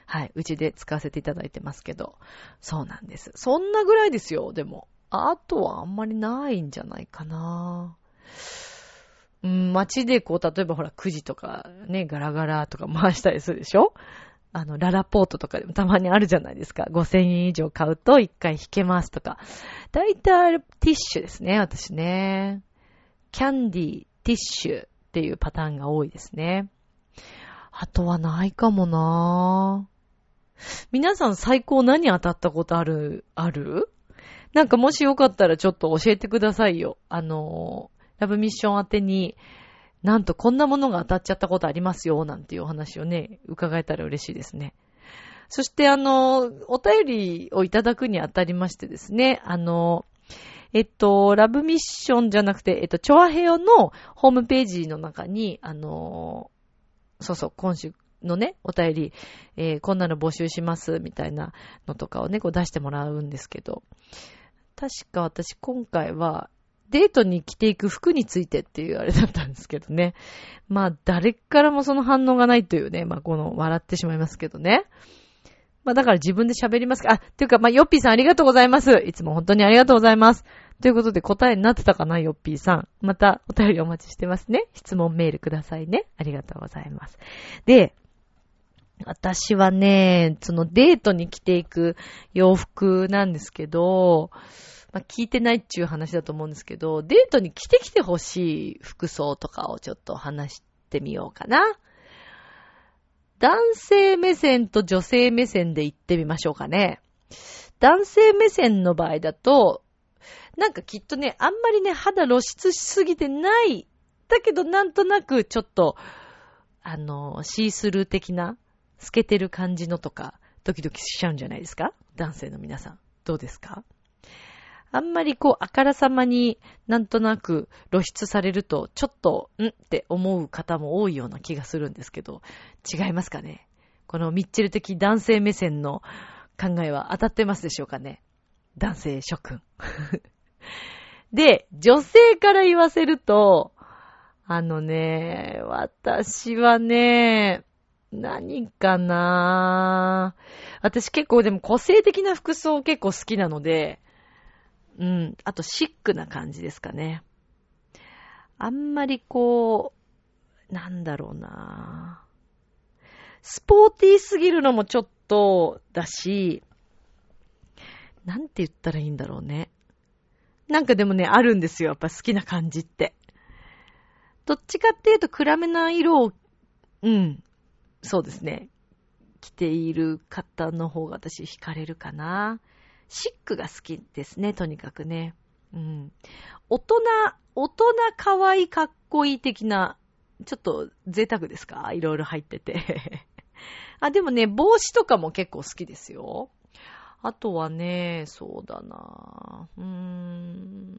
はい、うちで使わせていただいてますけど。そうなんです。そんなぐらいですよ、でも。あとはあんまりないんじゃないかな。うん、街でこう、例えばほら、くじとかね、ガラガラとか回したりするでしょ？あの、ララポートとかでもたまにあるじゃないですか。ごせんえん以上買うといっかい引けますとか。だいたいティッシュですね、私ね。キャンディー、ティッシュっていうパターンが多いですね。あとはないかもなぁ。皆さん最高何当たったことあるある？なんかもしよかったらちょっと教えてくださいよ。あの、ラブミッション宛てに、なんとこんなものが当たっちゃったことありますよ、なんていうお話をね、伺えたら嬉しいですね。そしてあの、お便りをいただくにあたりましてですね、あの、えっと、ラブミッションじゃなくて、えっと、チョアヘヨのホームページの中に、あの、そうそう、今週のね、お便り、えー、こんなの募集します、みたいなのとかをね、こう出してもらうんですけど、確か私今回は、デートに着ていく服についてっていうあれだったんですけどね。まあ、誰からもその反応がないというね、まあ、この、笑ってしまいますけどね。まあ、だから自分で喋りますか。あ、というか、まあ、ヨッピーさんありがとうございます。いつも本当にありがとうございます。ということで答えになってたかな、ヨッピーさん。またお便りお待ちしてますね。質問メールくださいね。ありがとうございます。で、私はね、そのデートに着ていく洋服なんですけど、まあ、聞いてないっていう話だと思うんですけど、デートに着てきてほしい服装とかをちょっと話してみようかな。男性目線と女性目線で言ってみましょうかね。男性目線の場合だと、なんかきっとね、あんまりね、肌露出しすぎてない。だけどなんとなくちょっと、あの、シースルー的な、透けてる感じのとか、ドキドキしちゃうんじゃないですか？男性の皆さん。どうですか？あんまりこう、あからさまになんとなく露出されると、ちょっと、んって思う方も多いような気がするんですけど、違いますかね？このミッチェル的男性目線の考えは当たってますでしょうかね？男性諸君。で、女性から言わせると、あのね、私はね、何かな私結構でも個性的な服装結構好きなので、うん、あとシックな感じですかね。あんまりこう、なんだろうなスポーティーすぎるのもちょっとだし、なんて言ったらいいんだろうね。なんかでもね、あるんですよ。やっぱ好きな感じって。どっちかっていうと暗めな色を、うん、そうですね。着ている方の方が私惹かれるかな。シックが好きですね、とにかくね。うん。大人、大人可愛いかっこいい的な、ちょっと贅沢ですか？いろいろ入ってて。あ、でもね、帽子とかも結構好きですよ。あとはね、そうだなうーん。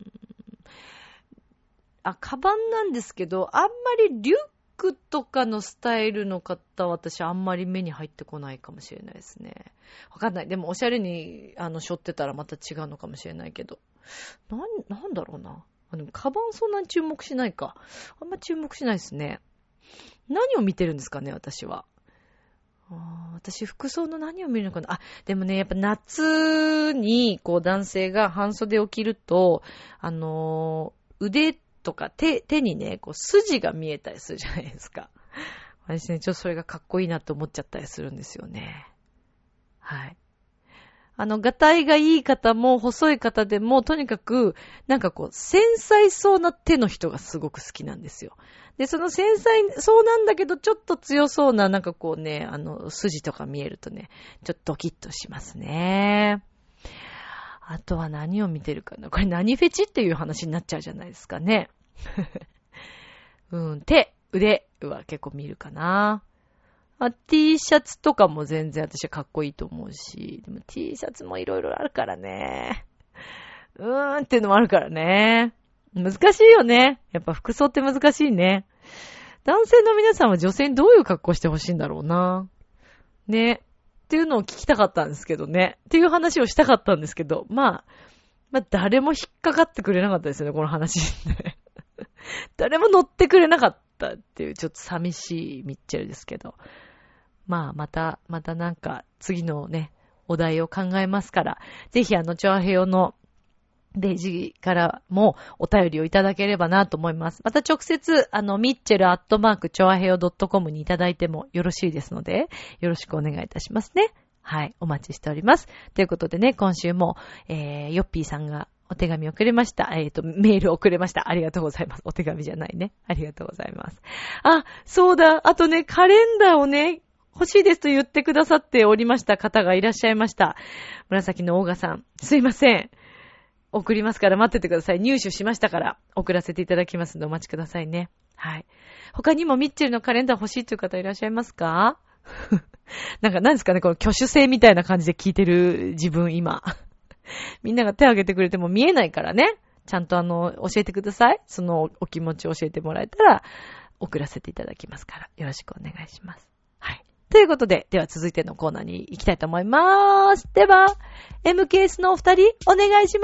あ、カバンなんですけど、あんまりリュックとかのスタイルの方、私あんまり目に入ってこないかもしれないですね。わかんない。でもおしゃれに、あの、背負ってたらまた違うのかもしれないけど。なん、なんだろうな。あの、カバンそんなに注目しないか。あんま注目しないですね。何を見てるんですかね、私は。あ、私服装の何を見るのかなあ、でもね、やっぱ夏にこう男性が半袖を着ると、あのー、腕とか手、手にね、こう筋が見えたりするじゃないですか。私ね、ちょっとそれがかっこいいなって思っちゃったりするんですよね。はい。あの、がたいがいい方も細い方でも、とにかく、なんかこう、繊細そうな手の人がすごく好きなんですよ。で、その繊細そうなんだけど、ちょっと強そうな、なんかこうね、あの、筋とか見えるとね、ちょっとドキッとしますね。あとは何を見てるかな。これ何フェチっていう話になっちゃうじゃないですかね。うん、手、腕は結構見るかな。あ、T シャツとかも全然私はかっこいいと思うし、でも T シャツもいろいろあるからね。うーんっていうのもあるからね。難しいよね。やっぱ服装って難しいね。男性の皆さんは女性にどういう格好してほしいんだろうな。ね。っていうのを聞きたかったんですけどね。っていう話をしたかったんですけど、まあ、まあ誰も引っかかってくれなかったですよね、この話。誰も乗ってくれなかったっていう、ちょっと寂しいミッチェルですけど。 まあ、また、またなんか、次のね、お題を考えますから、ぜひあの、チョアヘヨのページからもお便りをいただければなと思います。また直接、あの、ミッチェルアットマークチョアヘヨドットコムにいただいてもよろしいですので、よろしくお願いいたしますね。はい、お待ちしております。ということでね、今週も、えー、ヨッピーさんがお手紙をくれました。えっと、メールをくれました。ありがとうございます。お手紙じゃないね。ありがとうございます。あ、そうだ。あとね、カレンダーをね、欲しいですと言ってくださっておりました方がいらっしゃいました。紫のオーガさん。すいません。送りますから待っててください。入手しましたから送らせていただきますのでお待ちくださいね。はい。他にもミッチェルのカレンダー欲しいという方いらっしゃいますか？なんか何ですかね、この挙手制みたいな感じで聞いてる自分今。みんなが手を挙げてくれても見えないからね。ちゃんとあの、教えてください。そのお気持ちを教えてもらえたら送らせていただきますからよろしくお願いします。はい。ということで、では続いてのコーナーに行きたいと思います。では、エムケーエス のお二人、お願いします。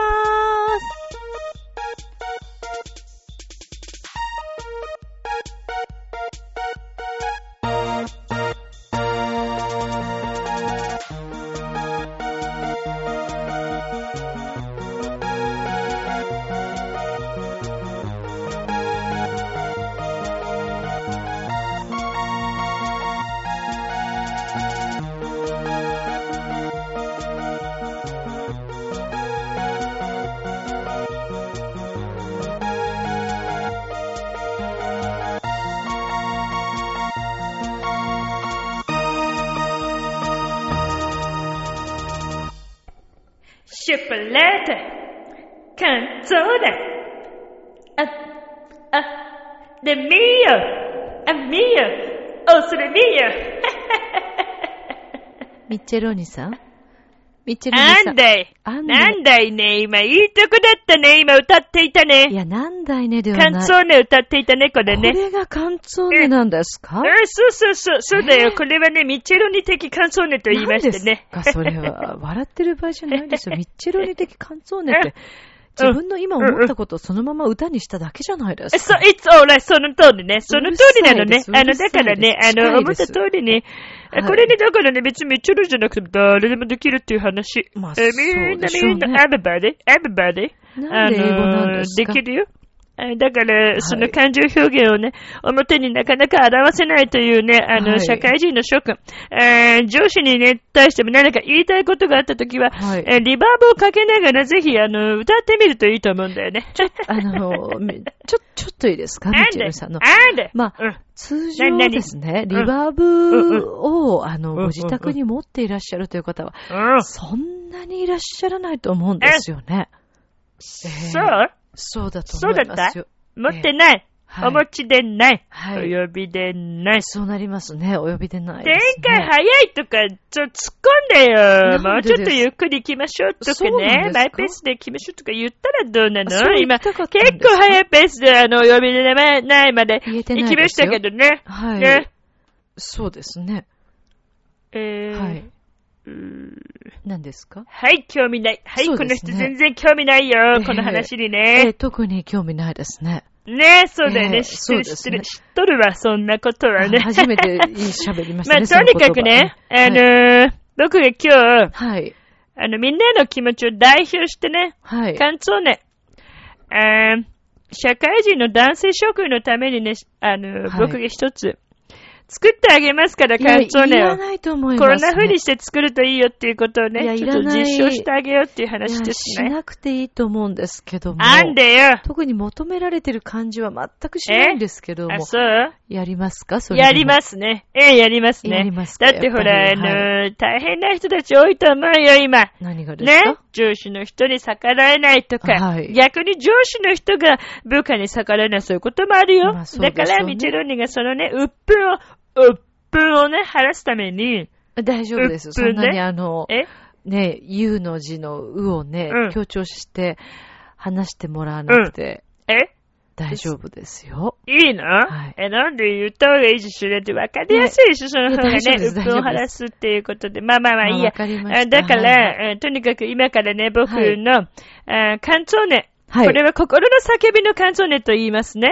Chocolate, canzone, a, a, de mio, a mio, o sole mio. ミッチェローニさんミッチェローニさん。 なんだいなんだいね今、いいとこだったね今歌っていたね。 いや、なんだいねではない。 カンツォーネ歌っていたね、これね。 これがカンツォーネなんですか？ え、そうそうそう、そうだよ。これはね、ミッチェロニ的カンツォーネと言いましてね。 何ですかそれは。笑ってる場合じゃないですよ。ミッチェロニ的カンツォーネって。自分の今思ったことをそのまま歌にしただけじゃないですか。 そう、it's alright、その通りね。その通りなのね。あの、だからね、あの、思った通りに、これね、だからね、別にミッチェロニじゃなくても誰でもできるっていう話。 まあ、 えみんなみんな、everybody, everybody。 なんで英語なんですか？ できるよ。だから、その感情表現をね、表になかなか表せないというね、あの、はい、社会人の諸君、えー、上司にね、対しても何か言いたいことがあったときは、はい、えー、リバーブをかけながらぜひ、あの、歌ってみるといいと思うんだよね。 ちょっと、あの、ちょ、ちょっといいですか？ミッチェルさんの。 あんでまあ、うん、通常ですね、リバーブを、あの、ご自宅に持っていらっしゃるという方は、 うん、 そんなにいらっしゃらないと思うんですよね。 えー、そうそうだと思いますよ。 そうだった？持ってない、えーはい、お持ちでない、 はい、 お呼びでない。 そうなりますね。お呼びでないですね。 展開早いとか、ちょ、突っ込んでよ。もうちょっとゆっくり行きましょうとかね。マイペースで行きましょうとか言ったらどうなの？今、結構早いペースで、あの、お呼びでないまで行きましたけどね。 はい。 ね。 そうですね。 えー、 はい。うーん、何ですか？ はい、興味ない。はい、ね、この人全然興味ないよ、えー、この話にね、 えー。特に興味ないですね。 ねえ、そうだよね。えー、知ってる、知ってる、知っとるわ、そんなことはね。 初めて喋りましたね。 まあ、とにかくね、あのー、はい、僕が今日、 はい。 あの、みんなの気持ちを代表してね、 はい。 カンツォーネ、あー、社会人の男性諸君のためにね、あのー、はい、僕が一つ、作ってあげますから、カンツォーネを。 いらないと思います、ね。 こんな風にして作るといいよっていうことをね、いやいらないちょっと実証してあげようっていう話ですね。 しなくていいと思うんですけども。 あんでよ。 特に求められてる感じは全くしないんですけども。 あ、そう？ やりますか？それやりますね。ええ、やりますね。 やりますか？ だってほら、あのーはい、大変な人たち多いと思うよ、今。 何がですか？ ね。上司の人に逆らえないとか、はい、逆に上司の人が部下に逆らえない、そういうこともあるよ。まあそうですよね、だから、ミチェロニがそのね、鬱憤を、鬱憤をね、晴らすために。 大丈夫です。そんなにあの、えね、U の字のうをね、うん、強調して話してもらわなくて。 うん、え大丈夫ですよ。 いいの、はい、え、なんで言った方がいいし、それって分かりやすいでしょ、その方がね、鬱憤を晴らすっていうことで。まあまあまあいいや。 まあ、分かりました。 だから、はい、とにかく今からね、僕の、はい、あカンツォーネ、 はい。 これは心の叫びのカンツォーネと言いますね。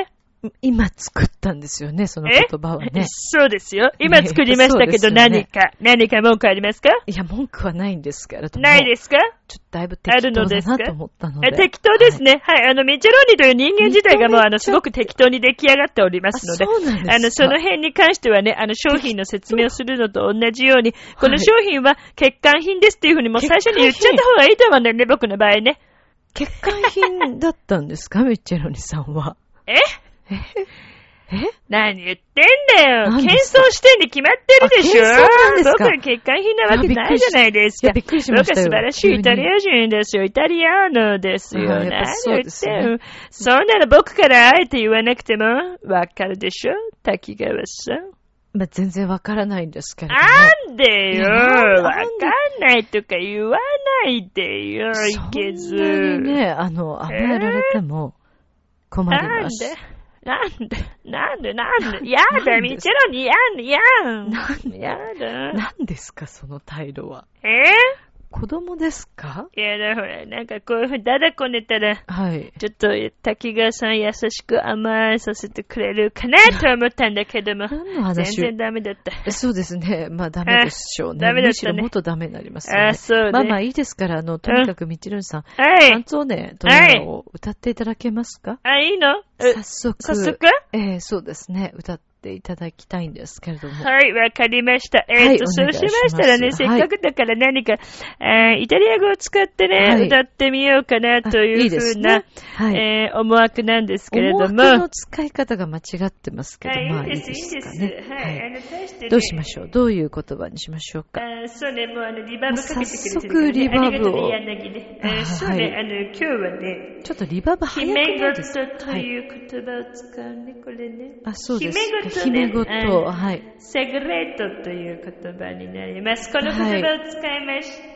今作ったんですよね、その言葉はね。 そうですよ。今作りましたけど、ね、何か、何か文句ありますか？ いや、文句はないんですけれども。 ないですか？ ちょっとだいぶ適当だなと思ったので。 適当ですね。はい、はい。あの、ミッチェローニという人間自体がもう、あの、すごく適当に出来上がっておりますので。 そうなんですか。 あの、その辺に関してはね、あの、商品の説明をするのと同じように、この商品は欠陥品ですっていうふうにもう最初に言っちゃった方がいいと思うんだよね、僕の場合ね。 欠陥品だったんですか、ミッチェローニさんは。 えええ何言ってんだよ。謙遜してんに決まってるでしょ。僕は欠陥品なわけないじゃないですか。 びっくりしましたよ。 僕は素晴らしいイタリア人ですよ。イタリアーノですよ。何言ってんの。そんなの僕からあえて言わなくてもわかるでしょ、滝川さん。 まあ、全然わからないんですけれども。 なんでよ。わかんないとか言わないでよ、いけず。 そんなにね、あの、甘えられても困ります。 なんでなんでなんでなんでやだ、ミッチェローニ、やん、やん。 なんでやだ。 なんですか、その態度は。 えー子供ですか？ いやだ、ほら、なんかこういうふうにだだこねたら、 はい。 ちょっと、滝川さん優しく甘えさせてくれるかなと思ったんだけども、 何の話？ 全然ダメだった。 そうですね。まあダメでしょうね。 ダメだったね。 むしろもっとダメになりますよね。 あ、そうね。 まあまあいいですから、あの、とにかくミッチェローニさん、 はい。 カンツォーネというのを歌っていただけますか？ あ、いいの？ 早速。 早速？ ええ、そうですね。歌っていただきたいんですけれども。 はい、わかりました。えっと、そうしましたらね、せっかくだから何か、えー、イタリア語を使ってね、はい、歌ってみようかなというふうな、いいですね、はい、えー、思惑なんですけれども。 思惑の使い方が間違ってますけど、はい、まあいいですかね。いいです、いいです。はい。あの、対してね、どうしましょう？どういう言葉にしましょうか？ あ、そうね、もうあの、リバーブかけてくれてる、ね。 早速リバーブを。 ありがとうね、ね。あ、そうね、はい、あの、今日はね、 ちょっとリバーブ早くないですか？ 姫事という言葉を使うね、これね。 あ、そうですか。 姫事、ね。 姫事。はい。 セグレートという言葉になります。この言葉を使いまして、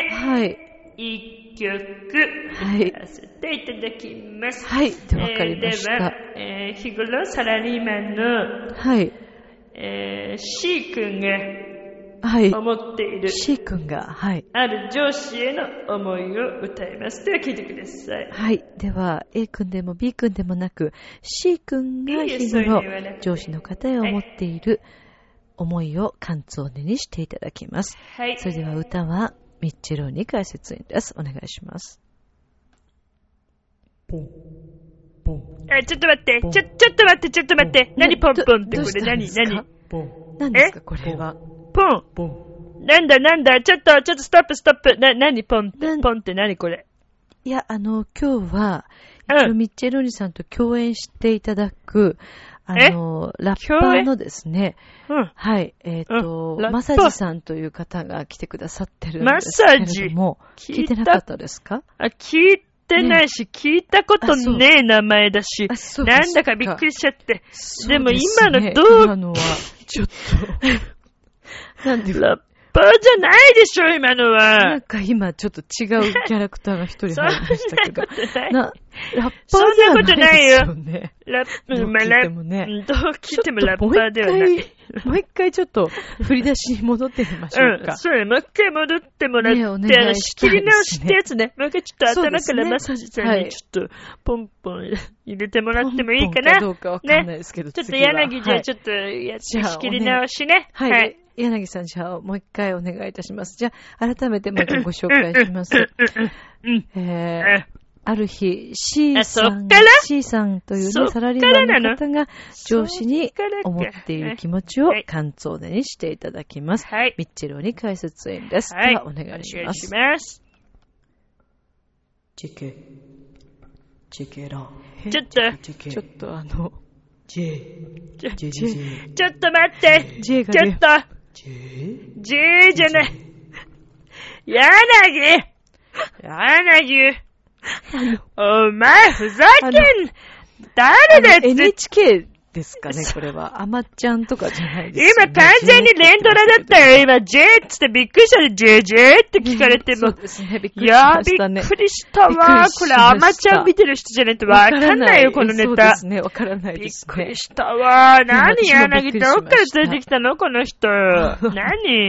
はい。一曲、はい。やらせていただきます。 はい。で、わかりました。えー、では、 えー、日頃サラリーマンの、はい。えー、C 君が、はい。思っている。 C 君が、はい。 ある上司への思いを歌います。では聞いてください。 はい。では、A 君でも B 君でもなく、C 君が日頃上司の方へ思っている思いをカンツォーネにしていただきます。はい。それでは歌はミッチェローニ解説員です。お願いします。ポン。 ポン。あ、ちょっと待って。ちょ、ちょっと待って、ちょっと待って。何ポンポンってこれ何何ポン。何ですかこれは。 ポン。ポン。なんだなんだちょっと、ちょっとストップストップ。な、何ポンって。ポンって何これ。 いや、あの、今日は、一応ミッチェローニさんと共演していただく、あの、ラッパーのですね、うん、はい、えっ、ー、と、うん、マサジさんという方が来てくださってるんですけれども、聞いてなかったですか？ あ、聞いてないし、ね、聞いたことねえ名前だし、なんだかびっくりしちゃって。でも今のどう、 今のは、ちょっと、なんでラッパーじゃないでしょ、今のは。 なんか今ちょっと違うキャラクターが一人入りましたけど。な、ラッパーではないですよね。 ラッパー、まあ、ラッパー、どう聞いてもラッパーではない。 もう一回ちょっと振り出しに戻ってみましょうか。 うん、そうね、もう一回戻ってもらって、ね、あの、仕切り直しってやつね。もう一回ちょっと頭からマサジさんにちょっとポンポン入れてもらってもいいかな。 ポンポンかどうかわかんないですけど、ね、 ちょっと柳じゃちょっとやって仕切り直しね。 はい。はい、柳さん、じゃあもう一回お願いいたします。じゃあ改めてまたご紹介します。えーある日、C さん、C さんというね、サラリーマンの方が上司に思っている気持ちをカンツォーネにしていただきます。はい、ミッチェローニ解説員です。はい、ではお願いします。 お願いします。 チェケ、チェケラ。 ちょっと、 ちょっとあの、 ジェ、 ジェ、ジェ、ジェ。ちょっと待って、 ジェがちょっと、 ジェ、 ジェじゃない。柳柳お前、ふざけん誰だってエヌエイチケー ですかね、これは。アマちゃんとかじゃないですか、ね。今完全に連ドラだったよ。今、J っつってびっくりしたね。ジェジェって聞かれても。 そうですね、びっくりしましたね。 いや、びっくりしたわ。これ、アマちゃん見てる人じゃないとわかんないよ、このネタ。 そうですね、わからないですね。 びっくりしたわ。何、柳どっから連れてきたのこの人。何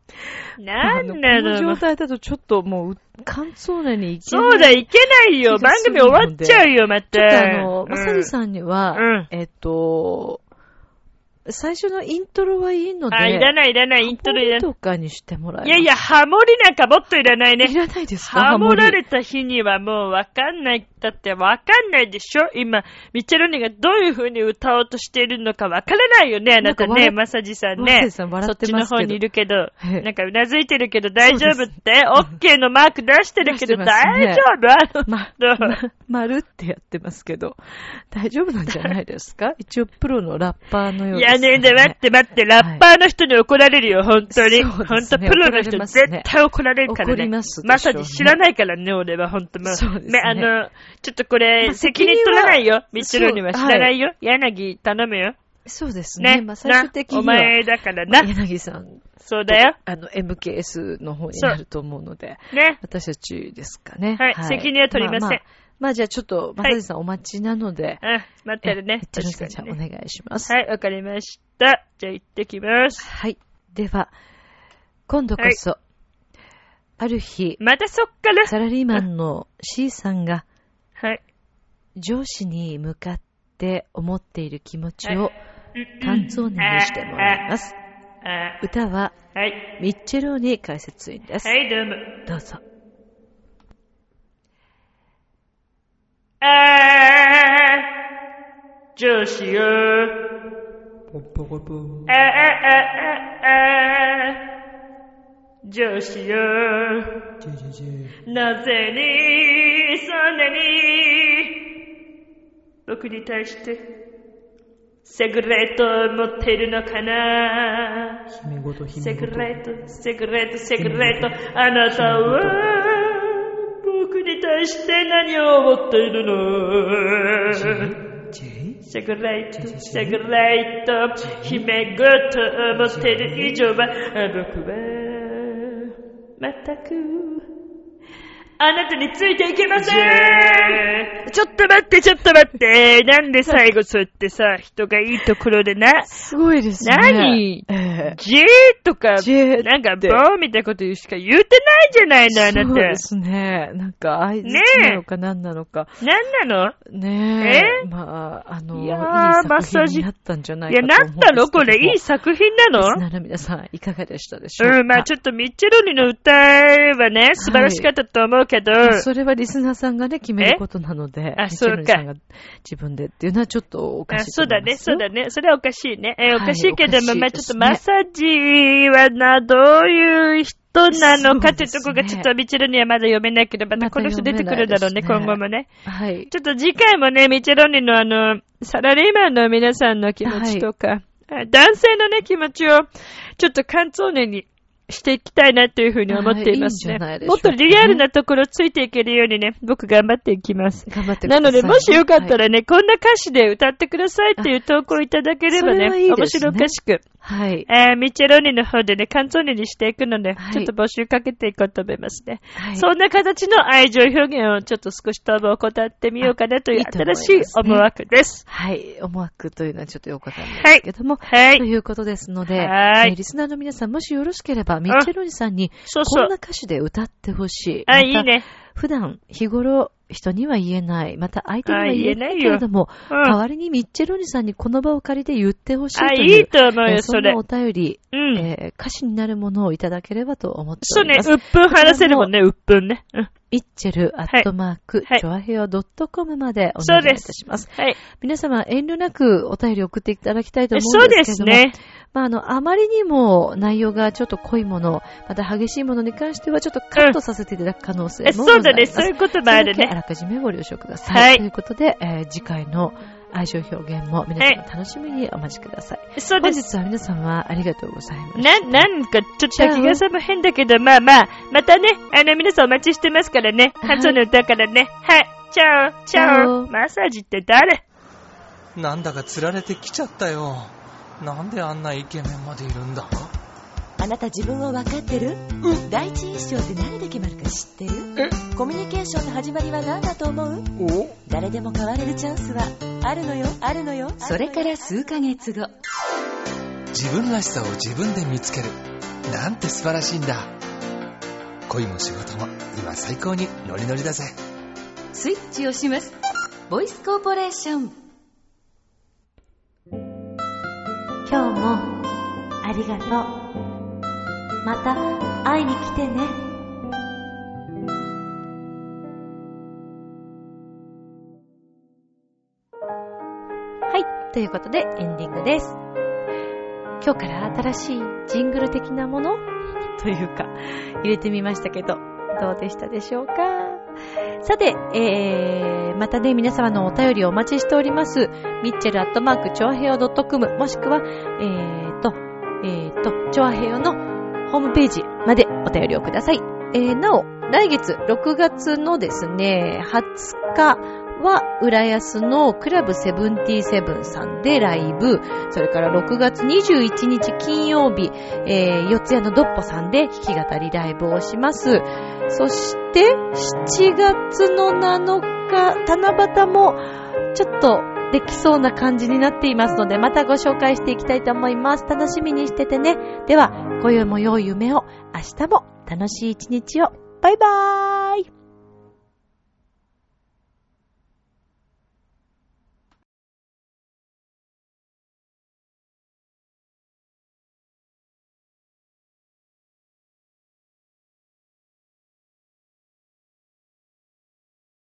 なんなの。 この状態だとちょっともう、乾燥なにいけない。 そうだ、いけないよ。番組終わっちゃうよ、また。 ちょっとあの、まさりさんには、 うん、 えっと、最初のイントロはいいので。 あ、いらないいらない、イントロいらない。 とかにしてもらえます。 いやいや、ハモリなんかもっといらないね。 いらないですか？ ハモられた日にはもうわかんない。だってわかんないでしょ今、ミッチェロニがどういう風に歌おうとしているのかわからないよね、あなたね、マサジさんね。 さん笑そってますけど。 っちの方にいるけど、なんかうなずいてるけど大丈夫って、オッケーのマーク出してるけど大丈夫？ ま、丸ってやってますけど、大丈夫なんじゃないですか？一応プロのラッパーのようです、ね。 いやね、で、待って待って、ラッパーの人に怒られるよ、本当に。本当、プロの人絶対怒られるからね。 怒りますでしょうね。 マサジ知らないからね、俺は本当もう。 そうですね。 あの、ちょっとこれ、責任取らないよ。ミッチェロには知らないよ。はい、柳頼むよ。 そうですね。 ね、 まあ、最終的には。 お前だからな。 柳さん。 そうだよ。 あの、エムケーエス の方になると思うので。 ね。 私たちですかね。 はい。はい、責任は取りません。まあ、まあ、 まあ、じゃあちょっと、まさじさんお待ちなので。 うん、待ってるね。 ミッチェルさん、じゃあお願いします。 はい、わかりました。じゃあ行ってきます。 はい。では、今度こそ、はい、ある日、 またそっからサラリーマンの C さんが、 はい。 上司に向かって思っている気持ちを感想念にしてもらいます。歌は、 はい、 ミッチェローニ解説員です。 はい、どうも。 どうぞ。 あー、上司よ。 ポポポポ。 あー、あー、あー、あー、上司よ。なぜに、そんなに、僕に対して、セグレートを持っているのかな。 姫ごと姫ごと。 セグレート、セグレート、セグレート。あなたは、僕に対して何を思っているの？セグレート、セグレート。姫ごとを持っている以上は、僕は、全く、あなたについていけません。ちょっと待って、ちょっと待って。なんで最後そうやってさ、人がいいところでな。 すごいですね。 何、えー、ジェーとか、なんか、ボーみたいなこと言うしか言うてないじゃないの、あなた。 そうですね。なんか、相槌なのか何なのか。 何なのねえ。えまあ、あの、いやー、 いい作品になったんじゃないかと思うんですけど。いや、なったのこれ、いい作品なの？ リスナーの皆さん、いかがでしたでしょうか？ うん、まあちょっとミッチェロニの歌はね、素晴らしかったと思うけど、はい、 それはリスナーさんがね、決めることなので、 あ、そうか。 ミッチェロニさんが自分でっていうのはちょっとおかしいと思いますよ。 あ、そうだね、そうだね。それはおかしいね。えー、おかしいけども、はい、まあちょっとマッサージはな、どういう人なのかっていうところがちょっとミッチェロニはまだ読めないけど、またこの人出てくるだろうね、今後もね。 はい。 ちょっと次回もね、ミッチェロニのあの、サラリーマンの皆さんの気持ちとか、はい、男性のね、気持ちを、ちょっと関東年に、していきたいなというふうに思っていますね。いいもっとリアルなところついていけるようにね、僕頑張っていきます。 頑張ってください。 なので、もしよかったらね、はい、こんな歌詞で歌ってくださいっていう投稿いただければね、いいね面白おかしく。 はい。 えー、ミッチェロニの方でね、関東にしていくので、はい、ちょっと募集かけていこうと思いますね。はい、そんな形の愛情表現をちょっと少し当分怠ってみようかなという新しい思惑です。 はい。思惑というのはちょっとよくわかんないですけども。 はい。 ということですので、 はい。 リスナーの皆さん、もしよろしければ、ミッチェロニさんに、 そうそう。 こんな歌詞で歌ってほしい。 あ、いいね。 普段、日頃、人には言えない。また相手には言えないけれども、うん、代わりにミッチェロニさんにこの場を借りて言ってほしいという。 あ、いいと思うよ、それ。 そんなお便り、 うんえー、歌詞になるものをいただければと思っております。 そうね、うっぷん話せるもんね、うっぷんね。うん。 ミッチェルアットマーク、チョアヘオドットコムまでお願いいたします。 はい。 皆様、遠慮なくお便り送っていただきたいと思うんですけども。 そうですね。 まあ、あの、あまりにも内容がちょっと濃いもの、また激しいものに関してはちょっとカットさせていただく可能性もございます。 そうだね、そういうこともあるね。 あらかじめご了承ください。はい。ということで、えー、次回の愛情表現も皆様楽しみにお待ちください。はい、そうです。本日は皆様ありがとうございました。 な、なんかちょっと気がさも変だけど、まあまあ、またね、あの皆さんお待ちしてますからね。ハツの歌からね。はい。チャオ、チャオ。マッサージって誰？ なんだか釣られてきちゃったよ。なんであんなイケメンまでいるんだ？ あなた自分を分かってる？うん。第一印象って何で決まるか知ってる？え？コミュニケーションの始まりは何だと思う？お？誰でも変われるチャンスはあるのよ、あるのよ。それから数ヶ月後。 自分らしさを自分で見つける。 なんて素晴らしいんだ。恋も仕事も今最高にノリノリだぜ。 スイッチをします。ボイスコーポレーション。 今日もありがとう。また会いに来てね。はい、ということでエンディングです。今日から新しいジングル的なものというか入れてみましたけど、どうでしたでしょうか。さて、えー、またね、皆様のお便りをお待ちしております。ミッチェルアットマークチョアヘヨドットコム、もしくはえーとえーとチョアヘヨのホームページまでお便りをください。えー、なお来月ろくがつのですねはつかは浦安のクラブセブンティーセブンさんでライブ、それからろくがつにじゅういちにち金曜日、えー、四谷のドッポさんで弾き語りライブをします。そしてしちがつのなのか七夕もちょっとできそうな感じになっていますので、またご紹介していきたいと思います。楽しみにしててね。では今宵も良い夢を、明日も楽しい一日を。バイバーイ。